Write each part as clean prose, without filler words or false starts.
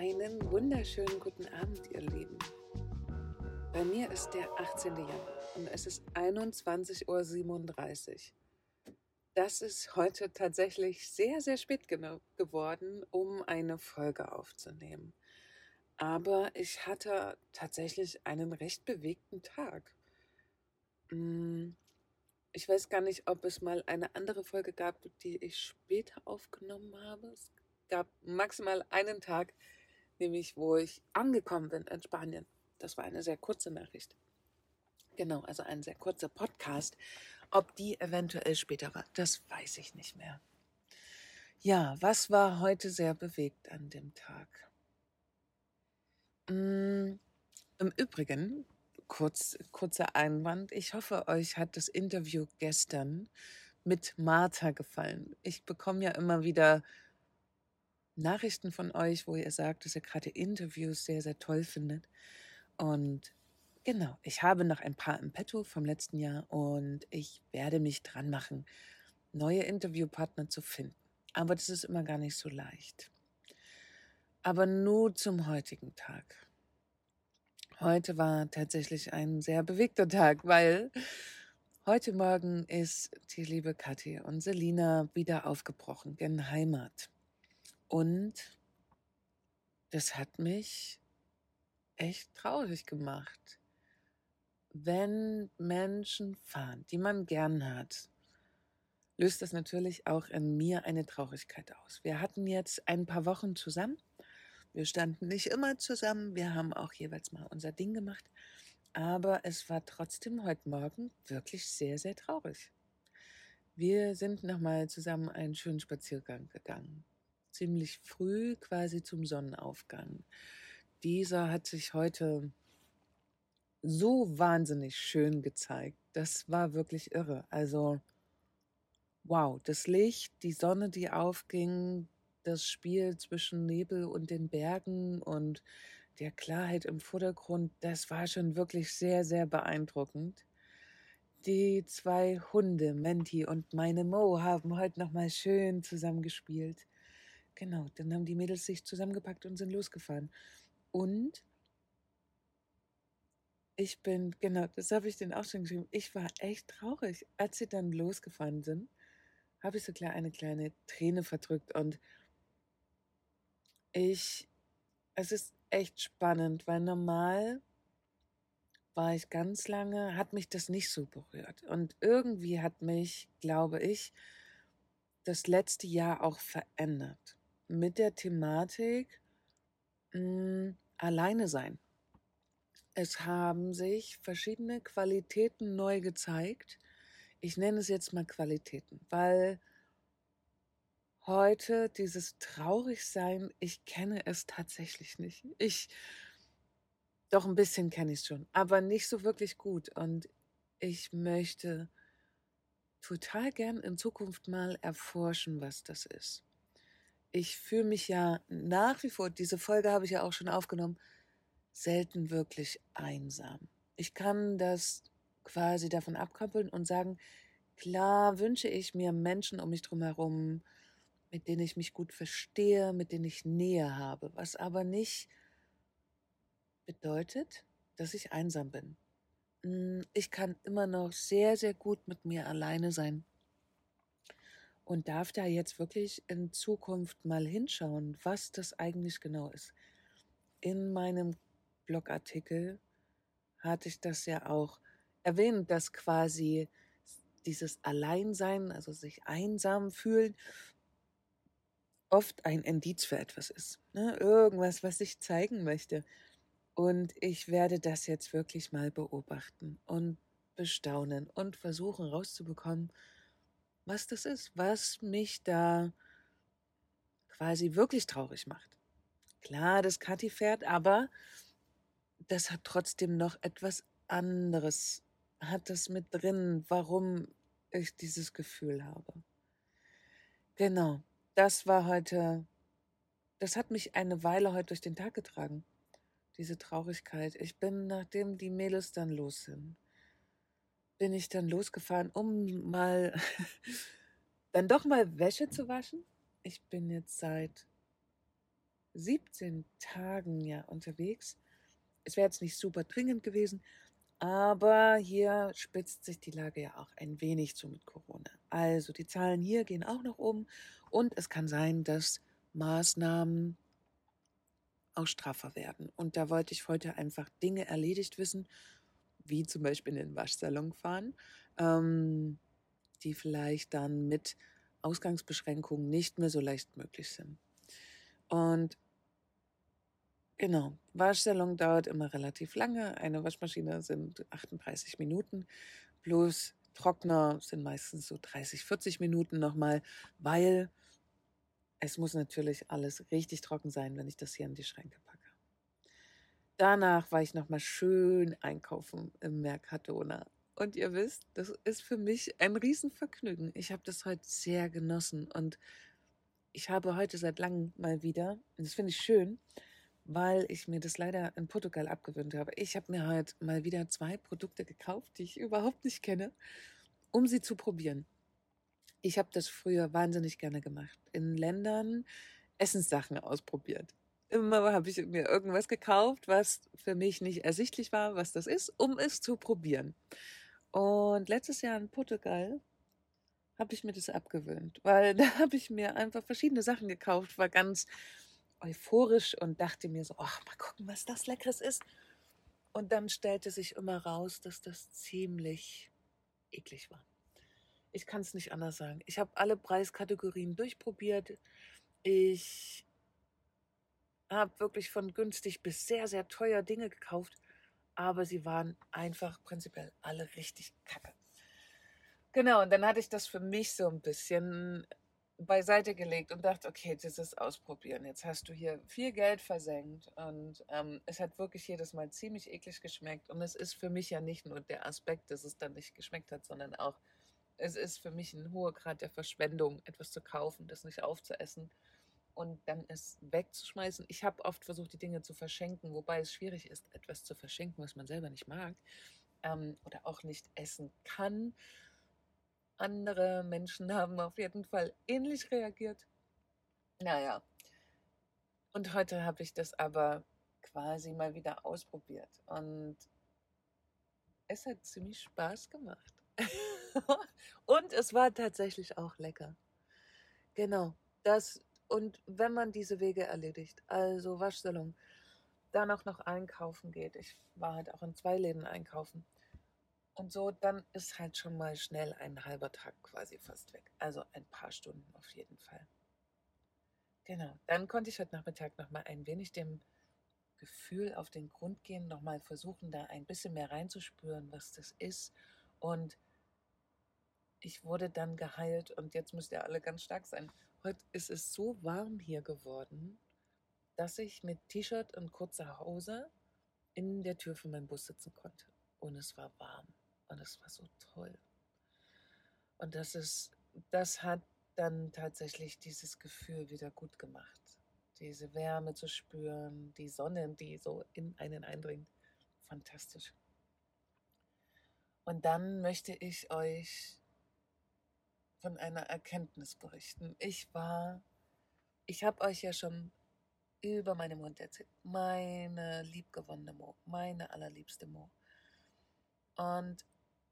Einen wunderschönen guten Abend, ihr Lieben. Bei mir ist der 18. Januar und es ist 21:37 Uhr. Das ist heute tatsächlich sehr, sehr spät geworden, um eine Folge aufzunehmen. Aber ich hatte tatsächlich einen recht bewegten Tag. Mm, Ich weiß gar nicht, ob es mal eine andere Folge gab, die ich später aufgenommen habe. Es gab maximal einen Tag, nämlich wo ich angekommen bin in Spanien. Das war eine sehr kurze Nachricht. Genau, also ein sehr kurzer Podcast. Ob die eventuell später war, das weiß ich nicht mehr. Ja, was war heute sehr bewegt an dem Tag? Im Übrigen, kurzer Einwand, ich hoffe, euch hat das Interview gestern mit Martha gefallen. Ich bekomme ja immer wieder Nachrichten von euch, wo ihr sagt, dass ihr gerade Interviews sehr, sehr toll findet. Und genau, ich habe noch ein paar im Petto vom letzten Jahr und ich werde mich dran machen, neue Interviewpartner zu finden. Aber das ist immer gar nicht so leicht. Aber nur zum heutigen Tag. Heute war tatsächlich ein sehr bewegter Tag, weil heute Morgen ist die liebe Kathi und Selina wieder aufgebrochen gen Heimat. Und das hat mich echt traurig gemacht. Wenn Menschen fahren, die man gern hat, löst das natürlich auch in mir eine Traurigkeit aus. Wir hatten jetzt ein paar Wochen zusammen. Wir standen nicht immer zusammen. Wir haben auch jeweils mal unser Ding gemacht. Aber es war trotzdem heute Morgen wirklich sehr, sehr traurig. Wir sind nochmal zusammen einen schönen Spaziergang gegangen. Ziemlich früh, quasi zum Sonnenaufgang. Dieser hat sich heute so wahnsinnig schön gezeigt. Das war wirklich irre. Also, wow, das Licht, die Sonne, die aufging, das Spiel zwischen Nebel und den Bergen und der Klarheit im Vordergrund, das war schon wirklich sehr, sehr beeindruckend. Die zwei Hunde, Menti und meine Mo, haben heute nochmal schön zusammengespielt. Genau, dann haben die Mädels sich zusammengepackt und sind losgefahren. Und genau, das habe ich denen auch schon geschrieben, ich war echt traurig. Als sie dann losgefahren sind, habe ich so klar eine kleine Träne verdrückt und es ist echt spannend, weil normal war ich ganz lange, hat mich das nicht so berührt. Und irgendwie hat mich, glaube ich, das letzte Jahr auch verändert. Mit der Thematik alleine sein. Es haben sich verschiedene Qualitäten neu gezeigt. Ich nenne es jetzt mal Qualitäten, weil heute dieses Traurigsein, ich kenne es tatsächlich nicht. Doch ein bisschen kenne ich es schon, aber nicht so wirklich gut. Und ich möchte total gern in Zukunft mal erforschen, was das ist. Ich fühle mich ja nach wie vor, diese Folge habe ich ja auch schon aufgenommen, selten wirklich einsam. Ich kann das quasi davon abkoppeln und sagen, klar wünsche ich mir Menschen um mich drum herum, mit denen ich mich gut verstehe, mit denen ich Nähe habe, was aber nicht bedeutet, dass ich einsam bin. Ich kann immer noch sehr, sehr gut mit mir alleine sein und darf da jetzt wirklich in Zukunft mal hinschauen, was das eigentlich genau ist. In meinem Blogartikel hatte ich das ja auch erwähnt, dass quasi dieses Alleinsein, also sich einsam fühlen, oft ein Indiz für etwas ist. Ne? Irgendwas, was ich zeigen möchte. Und ich werde das jetzt wirklich mal beobachten und bestaunen und versuchen rauszubekommen, was das ist, was mich da quasi wirklich traurig macht. Klar, das Kathi fährt, aber das hat trotzdem noch etwas anderes, hat das mit drin, warum ich dieses Gefühl habe. Genau, das war heute, das hat mich eine Weile heute durch den Tag getragen, diese Traurigkeit. Ich bin, nachdem die Mädels dann los sind, bin ich dann losgefahren, um mal dann doch mal Wäsche zu waschen. Ich bin jetzt seit 17 Tagen ja unterwegs. Es wäre jetzt nicht super dringend gewesen, aber hier spitzt sich die Lage ja auch ein wenig zu mit Corona. Also die Zahlen hier gehen auch noch um und es kann sein, dass Maßnahmen auch straffer werden. Und da wollte ich heute einfach Dinge erledigt wissen, wie zum Beispiel in den Waschsalon fahren, die vielleicht dann mit Ausgangsbeschränkungen nicht mehr so leicht möglich sind. Und genau, Waschsalon dauert immer relativ lange. Eine Waschmaschine sind 38 Minuten, plus Trockner sind meistens so 30, 40 Minuten nochmal, weil es muss natürlich alles richtig trocken sein, wenn ich das hier in die Schränke packe. Danach war ich nochmal schön einkaufen im Mercadona. Und ihr wisst, das ist für mich ein Riesenvergnügen. Ich habe das heute sehr genossen und ich habe heute seit langem mal wieder, und das finde ich schön, weil ich mir das leider in Portugal abgewöhnt habe. Ich habe mir heute mal wieder 2 Produkte gekauft, die ich überhaupt nicht kenne, um sie zu probieren. Ich habe das früher wahnsinnig gerne gemacht. In Ländern Essenssachen ausprobiert. Immer habe ich mir irgendwas gekauft, was für mich nicht ersichtlich war, was das ist, um es zu probieren. Und letztes Jahr in Portugal habe ich mir das abgewöhnt, weil da habe ich mir einfach verschiedene Sachen gekauft, war ganz euphorisch und dachte mir so, ach, mal gucken, was das Leckeres ist. Und dann stellte sich immer raus, dass das ziemlich eklig war. Ich kann es nicht anders sagen. Ich habe alle Preiskategorien durchprobiert. Ich habe wirklich von günstig bis sehr, sehr teuer Dinge gekauft, aber sie waren einfach prinzipiell alle richtig kacke. Genau, und dann hatte ich das für mich so ein bisschen beiseite gelegt und dachte, okay, das ist ausprobieren. Jetzt hast du hier viel Geld versenkt und es hat wirklich jedes Mal ziemlich eklig geschmeckt. Und es ist für mich ja nicht nur der Aspekt, dass es dann nicht geschmeckt hat, sondern auch, es ist für mich ein hoher Grad der Verschwendung, etwas zu kaufen, das nicht aufzuessen und dann es wegzuschmeißen. Ich habe oft versucht, die Dinge zu verschenken, wobei es schwierig ist, etwas zu verschenken, was man selber nicht mag oder auch nicht essen kann. Andere Menschen haben auf jeden Fall ähnlich reagiert. Naja, und heute habe ich das aber quasi mal wieder ausprobiert und es hat ziemlich Spaß gemacht. Und es war tatsächlich auch lecker. Genau, das und wenn man diese Wege erledigt, also Waschsalon, dann auch noch einkaufen geht. Ich war halt auch in 2 Läden einkaufen. Und so, dann ist halt schon mal schnell ein halber Tag quasi fast weg. Also ein paar Stunden auf jeden Fall. Genau. Dann konnte ich heute Nachmittag noch mal ein wenig dem Gefühl auf den Grund gehen, noch mal versuchen, da ein bisschen mehr reinzuspüren, was das ist. Und ich wurde dann geheilt und jetzt müsst ihr alle ganz stark sein. Heute ist es so warm hier geworden, dass ich mit T-Shirt und kurzer Hose in der Tür von meinem Bus sitzen konnte. Und es war warm und es war so toll. Und das hat dann tatsächlich dieses Gefühl wieder gut gemacht. Diese Wärme zu spüren, die Sonne, die so in einen eindringt. Fantastisch. Und dann möchte ich euch von einer Erkenntnis berichten. Ich habe euch ja schon über meine Mund erzählt. Meine liebgewonnene Mo, meine allerliebste Mo. Und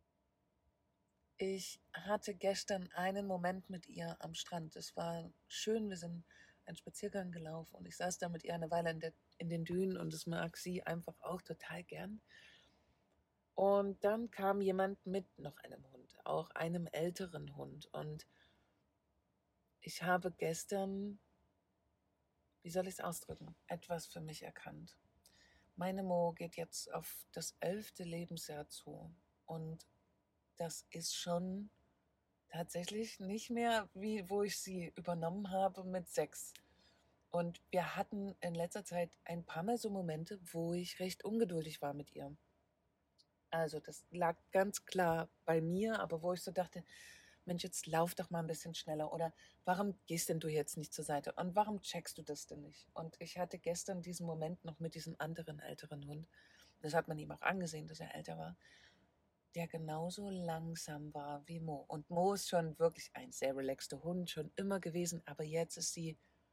ich hatte gestern einen Moment mit ihr am Strand. Es war schön, wir sind einen Spaziergang gelaufen und ich saß da mit ihr eine Weile in den Dünen und das mag sie einfach auch total gern. Und dann kam jemand mit noch einem Hund, auch einem älteren Hund. Und ich habe gestern, wie soll ich es ausdrücken, etwas für mich erkannt. Meine Mo geht jetzt auf das 11. Lebensjahr zu und das ist schon tatsächlich nicht mehr, wie wo ich sie übernommen habe mit 6. Und wir hatten in letzter Zeit ein paar Mal so Momente, wo ich recht ungeduldig war mit ihr. Also das lag ganz klar bei mir, aber wo ich so dachte, Mensch, jetzt lauf doch mal ein bisschen schneller oder warum gehst denn du jetzt nicht zur Seite und warum checkst du das denn nicht? Und ich hatte gestern diesen Moment noch mit diesem anderen älteren Hund. Das hat man ihm auch angesehen, dass er älter war, der genauso langsam war wie Mo. Und Mo ist schon wirklich ein sehr relaxter Hund, schon immer gewesen, aber jetzt ist sie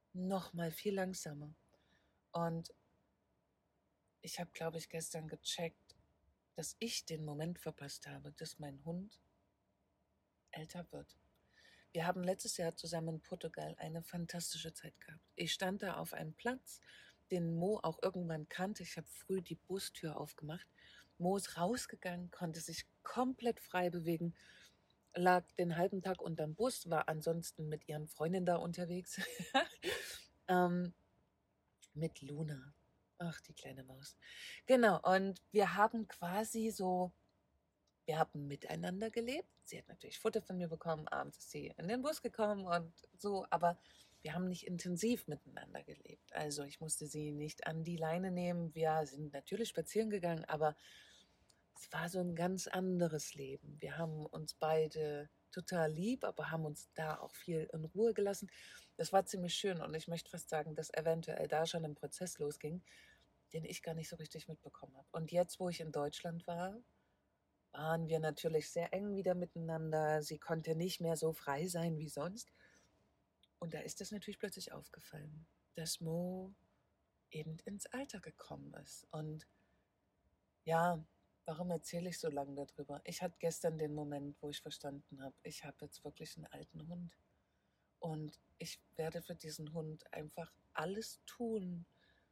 noch mal viel langsamer. Und ich habe, glaube ich, gestern gecheckt, dass ich den Moment verpasst habe, dass mein Hund älter wird. Wir haben letztes Jahr zusammen in Portugal eine fantastische Zeit gehabt. Ich stand da auf einem Platz, den Mo auch irgendwann kannte. Ich habe früh die Bustür aufgemacht. Mo ist rausgegangen, konnte sich komplett frei bewegen, lag den halben Tag unterm Bus, war ansonsten mit ihren Freundinnen da unterwegs. ähm, mit Luna. Ach, die kleine Maus. Genau, und wir haben quasi so, wir haben miteinander gelebt. Sie hat natürlich Futter von mir bekommen, abends ist sie in den Bus gekommen und so, aber wir haben nicht intensiv miteinander gelebt. Also ich musste sie nicht an die Leine nehmen. Wir sind natürlich spazieren gegangen, aber es war so ein ganz anderes Leben. Wir haben uns beide total lieb, aber haben uns da auch viel in Ruhe gelassen. Das war ziemlich schön und ich möchte fast sagen, dass eventuell da schon ein Prozess losging, den ich gar nicht so richtig mitbekommen habe. Und jetzt, wo ich in Deutschland war, waren wir natürlich sehr eng wieder miteinander. Sie konnte nicht mehr so frei sein wie sonst. Und da ist es natürlich plötzlich aufgefallen, dass Mo eben ins Alter gekommen ist. Und ja, warum erzähle ich so lange darüber? Ich hatte gestern den Moment, wo ich verstanden habe, ich habe jetzt wirklich einen alten Hund. Und ich werde für diesen Hund einfach alles tun,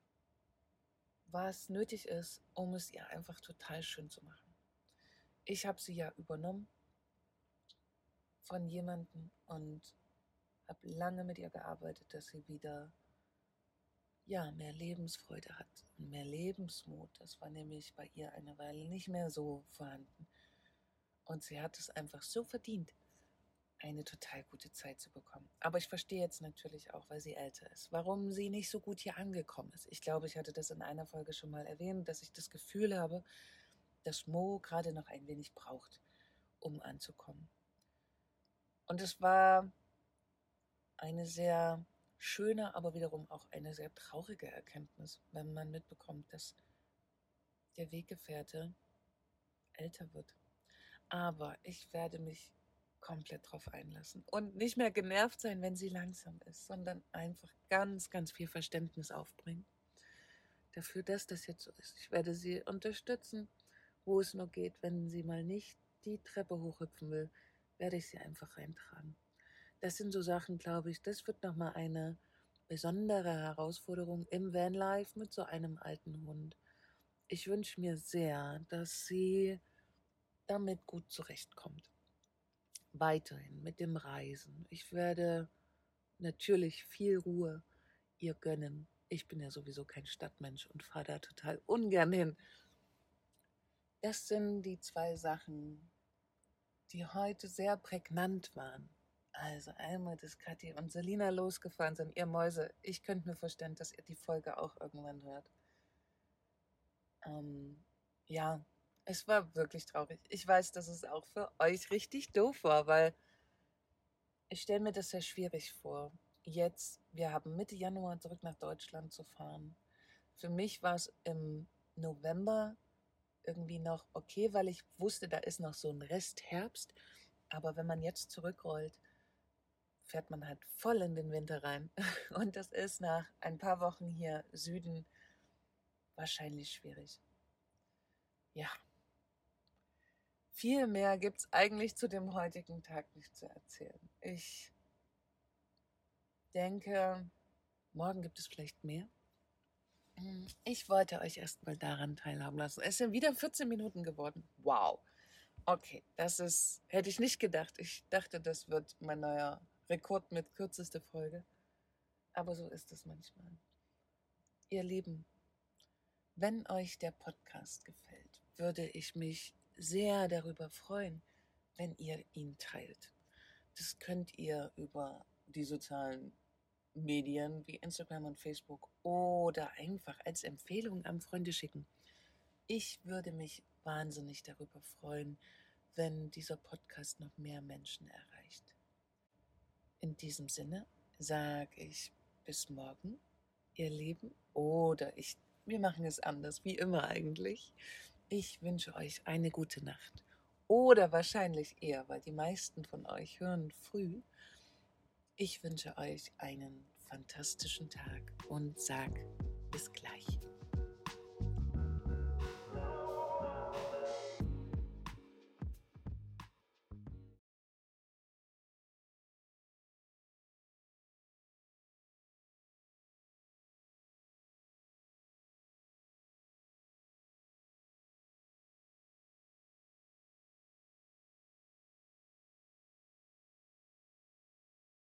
was nötig ist, um es ihr einfach total schön zu machen. Ich habe sie ja übernommen von jemandem und habe lange mit ihr gearbeitet, dass sie wieder ja, mehr Lebensfreude hat und mehr Lebensmut. Das war nämlich bei ihr eine Weile nicht mehr so vorhanden. Und sie hat es einfach so verdient, eine total gute Zeit zu bekommen. Aber ich verstehe jetzt natürlich auch, weil sie älter ist, warum sie nicht so gut hier angekommen ist. Ich glaube, ich hatte das in einer Folge schon mal erwähnt, dass ich das Gefühl habe, dass Mo gerade noch ein wenig braucht, um anzukommen. Und es war eine sehr schöne, aber wiederum auch eine sehr traurige Erkenntnis, wenn man mitbekommt, dass der Weggefährte älter wird. Aber ich werde mich komplett drauf einlassen und nicht mehr genervt sein, wenn sie langsam ist, sondern einfach ganz, ganz viel Verständnis aufbringen dafür, dass das jetzt so ist. Ich werde sie unterstützen, wo es nur geht. Wenn sie mal nicht die Treppe hochhüpfen will, werde ich sie einfach reintragen. Das sind so Sachen, glaube ich, das wird nochmal eine besondere Herausforderung im Vanlife mit so einem alten Hund. Ich wünsche mir sehr, dass sie damit gut zurechtkommt. Weiterhin mit dem Reisen. Ich werde natürlich viel Ruhe ihr gönnen. Ich bin ja sowieso kein Stadtmensch und fahre da total ungern hin. Das sind die zwei Sachen, die heute sehr prägnant waren. Also einmal, dass Kathi und Selina losgefahren sind. Ihr Mäuse, ich könnte mir vorstellen, dass ihr die Folge auch irgendwann hört. Ja, es war wirklich traurig. Ich weiß, dass es auch für euch richtig doof war, weil ich stelle mir das sehr schwierig vor. Jetzt, wir haben Mitte Januar zurück nach Deutschland zu fahren. Für mich war es im November irgendwie noch okay, weil ich wusste, da ist noch so ein Rest Herbst. Aber wenn man jetzt zurückrollt, fährt man halt voll in den Winter rein. Und das ist nach ein paar Wochen hier Süden wahrscheinlich schwierig. Ja, viel mehr gibt es eigentlich zu dem heutigen Tag nicht zu erzählen. Ich denke, morgen gibt es vielleicht mehr. Ich wollte euch erstmal daran teilhaben lassen. Es sind wieder 14 Minuten geworden. Wow. Okay, hätte ich nicht gedacht. Ich dachte, das wird mein neuer Rekord mit kürzester Folge. Aber so ist es manchmal. Ihr Lieben, wenn euch der Podcast gefällt, würde ich mich sehr darüber freuen, wenn ihr ihn teilt. Das könnt ihr über die sozialen Medien wie Instagram und Facebook oder einfach als Empfehlung an Freunde schicken. Ich würde mich wahnsinnig darüber freuen, wenn dieser Podcast noch mehr Menschen erreicht. In diesem Sinne sage ich bis morgen, ihr Lieben, oder wir machen es anders, wie immer eigentlich. Ich wünsche euch eine gute Nacht. Oder wahrscheinlich eher, weil die meisten von euch hören früh. Ich wünsche euch einen fantastischen Tag und sag bis gleich.